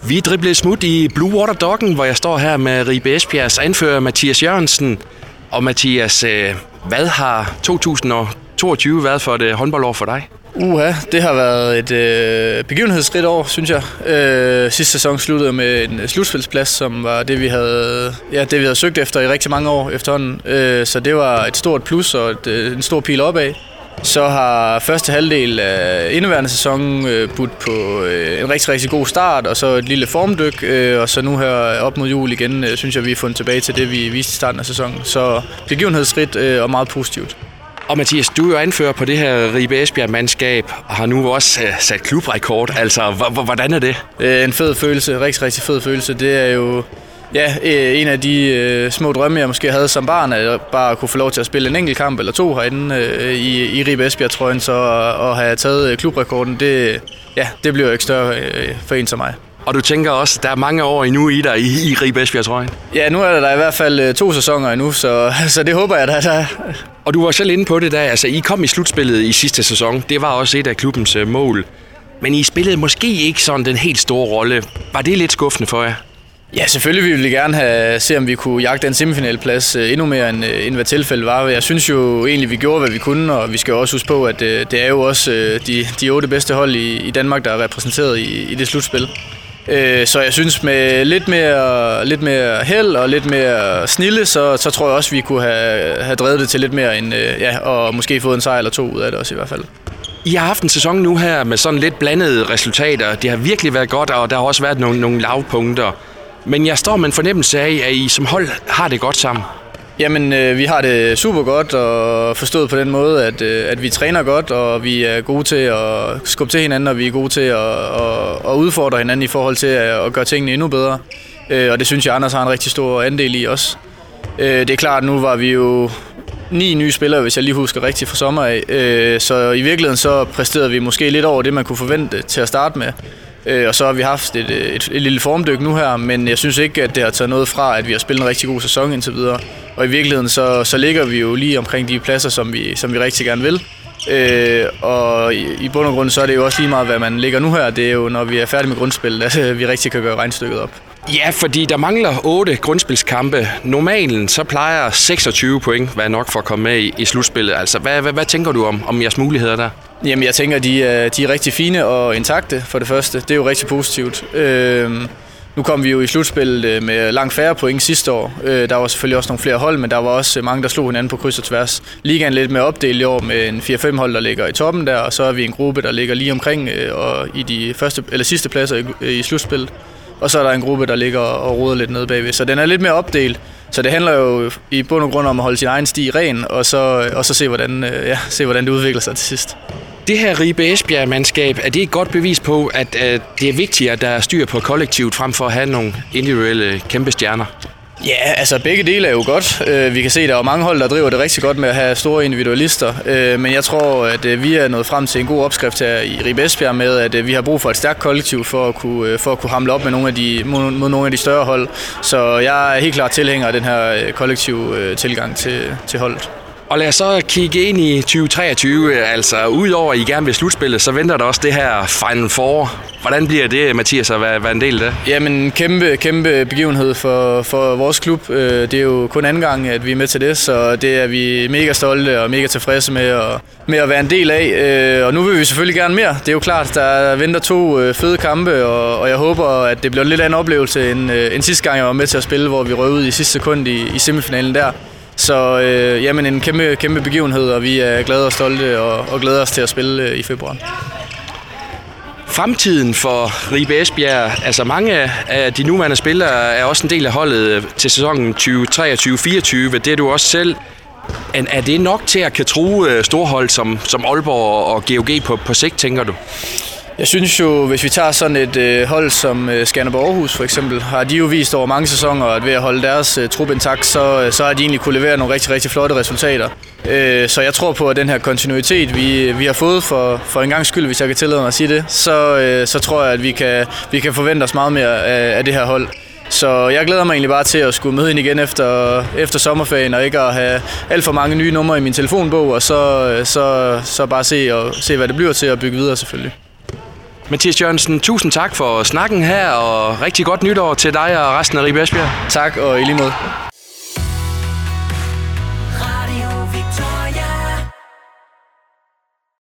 Vi driblede smut i Blue Water Doggen, hvor jeg står her med Ribe Esbjergs anfører Mathias Jørgensen. Og Mathias, hvad har 2022 været for et håndboldår for dig? Det har været et begivenhedsrigt år, synes jeg. Sidste sæson sluttede med en slutspilsplads, som var det, vi havde søgt efter i rigtig mange år efterhånden. Så det var et stort plus og en stor pil opad. Så har første halvdel af indeværende sæson budt på en rigtig, rigtig god start, og så et lille formdyk, og så nu her op mod jul igen, synes jeg, vi er fundet tilbage til det, vi viste i starten af sæsonen. Så begivenhedsrigt og meget positivt. Og Mathias, du er jo anfører på det her Ribe Esbjerg-mandskab, og har nu også sat klubrekord. Altså, hvordan er det? En fed følelse, rigtig, rigtig fed følelse. Det er jo en af de små drømme, jeg måske havde som barn, at bare kunne få lov til at spille en enkelt kamp eller to herinde i Ribe Esbjerg-trøjen, så at have taget klubrekorden, det bliver jo ikke større for en som mig. Og du tænker også, at der er mange år endnu i dig i Ribe Esbjerg-trøjen? Ja, nu er der i hvert fald 2 sæsoner endnu, så det håber jeg, der er. Og du var selv inde på det der, altså I kom i slutspillet i sidste sæson, det var også et af klubbens mål. Men I spillede måske ikke sådan den helt store rolle. Var det lidt skuffende for jer? Ja, selvfølgelig ville vi gerne se, om vi kunne jagte en semifinalplads endnu mere, end hvad tilfældet var. Jeg synes jo egentlig, vi gjorde, hvad vi kunne, og vi skal også huske på, at det er jo også de 8 bedste hold i Danmark, der er repræsenteret i det slutspil. Så jeg synes, med lidt mere held og lidt mere snilde, så tror jeg også, vi kunne have drevet det til lidt mere, og måske fået en sejr eller 2 ud af det også i hvert fald. I har haft en sæson nu her med sådan lidt blandede resultater. Det har virkelig været godt, og der har også været nogle lavpunkter. Men jeg står med en fornemmelse af, at I som hold har det godt sammen. Jamen, vi har det super godt, og forstået på den måde, at vi træner godt, og vi er gode til at skubbe til hinanden, og vi er gode til at udfordre hinanden i forhold til at gøre tingene endnu bedre. Og det synes jeg, Anders har en rigtig stor andel i også. Det er klart, nu var vi jo 9 nye spillere, hvis jeg lige husker rigtigt fra sommer af. Så i virkeligheden så præsterede vi måske lidt over det, man kunne forvente til at starte med. Og så har vi haft et lille formdyk nu her, men jeg synes ikke, at det har taget noget fra, at vi har spillet en rigtig god sæson indtil videre. Og i virkeligheden så ligger vi jo lige omkring de pladser, som vi rigtig gerne vil. Og i bund og grund så er det jo også lige meget, hvad man ligger nu her. Det er jo, når vi er færdige med grundspil, at vi rigtig kan gøre regnstykket op. Ja, fordi der mangler 8 grundspilskampe. Normalen så plejer 26 point være nok for at komme med i slutspillet. Altså, hvad tænker du om jeres muligheder der? Jamen, jeg tænker, de er rigtig fine og intakte for det første. Det er jo rigtig positivt. Nu kom vi jo i slutspillet med langt færre point sidste år. Der var selvfølgelig også nogle flere hold, men der var også mange, der slog hinanden på kryds og tværs. Ligaen lidt med opdelt i år med en 4-5 hold, der ligger i toppen der, og så er vi en gruppe, der ligger lige omkring og i de første eller sidste pladser i slutspillet. Og så er der en gruppe, der ligger og roder lidt nede bagved. Så den er lidt mere opdelt. Så det handler jo i bund og grund om at holde sin egen sti ren, og så se, hvordan det udvikler sig til sidst. Det her Ribe Esbjerg-mandskab, er det et godt bevis på, at det er vigtigt, at der er styr på kollektivet, frem for at have nogle individuelle kæmpe stjerner? Ja, altså begge dele er jo godt. Vi kan se, at der er mange hold, der driver det rigtig godt med at have store individualister. Men jeg tror, at vi er nået frem til en god opskrift her i Ribe Esbjerg med, at vi har brug for et stærkt kollektiv for at kunne hamle op med mod nogle af de større hold. Så jeg er helt klart tilhænger af den her kollektiv tilgang til holdet. Og lad os så kigge ind i 2023, altså udover at I gerne vil slutspillet, så venter der også det her Final Four. Hvordan bliver det, Mathias, at være en del af det? Jamen, kæmpe begivenhed for vores klub. Det er jo kun anden gang, at vi er med til det, så det er vi mega stolte og mega tilfredse med at være en del af. Og nu vil vi selvfølgelig gerne mere. Det er jo klart, der venter 2 fede kampe, og jeg håber, at det bliver en lidt anden oplevelse end sidste gang, jeg var med til at spille, hvor vi røg ud i sidste sekund i semifinalen der. Så jamen en kæmpe begivenhed, og vi er glade og stolte og glæder os til at spille i februar. Fremtiden for Ribe Esbjerg, altså mange af de nuværende spillere er også en del af holdet til sæsonen 2023-24. Det er du også selv. Er det nok til at kan true storhold som Aalborg og GOG på sigt, tænker du? Jeg synes jo, hvis vi tager sådan et hold som Skanderborg Aarhus for eksempel, har de jo vist over mange sæsoner, at ved at holde deres trup intakt, så har de egentlig kunne levere nogle rigtig, rigtig flotte resultater. Så jeg tror på, at den her kontinuitet, vi har fået for en gang skyld, hvis jeg kan tillade mig at sige det, så tror jeg, at vi kan forvente os meget mere af det her hold. Så jeg glæder mig egentlig bare til at skulle møde ind igen efter sommerferien, og ikke at have alt for mange nye numre i min telefonbog, og så bare se, hvad det bliver til at bygge videre selvfølgelig. Mathias Jørgensen, tusind tak for snakken her, og rigtig godt nytår til dig og resten af Ribe Esbjerg. Tak, og i lige måde.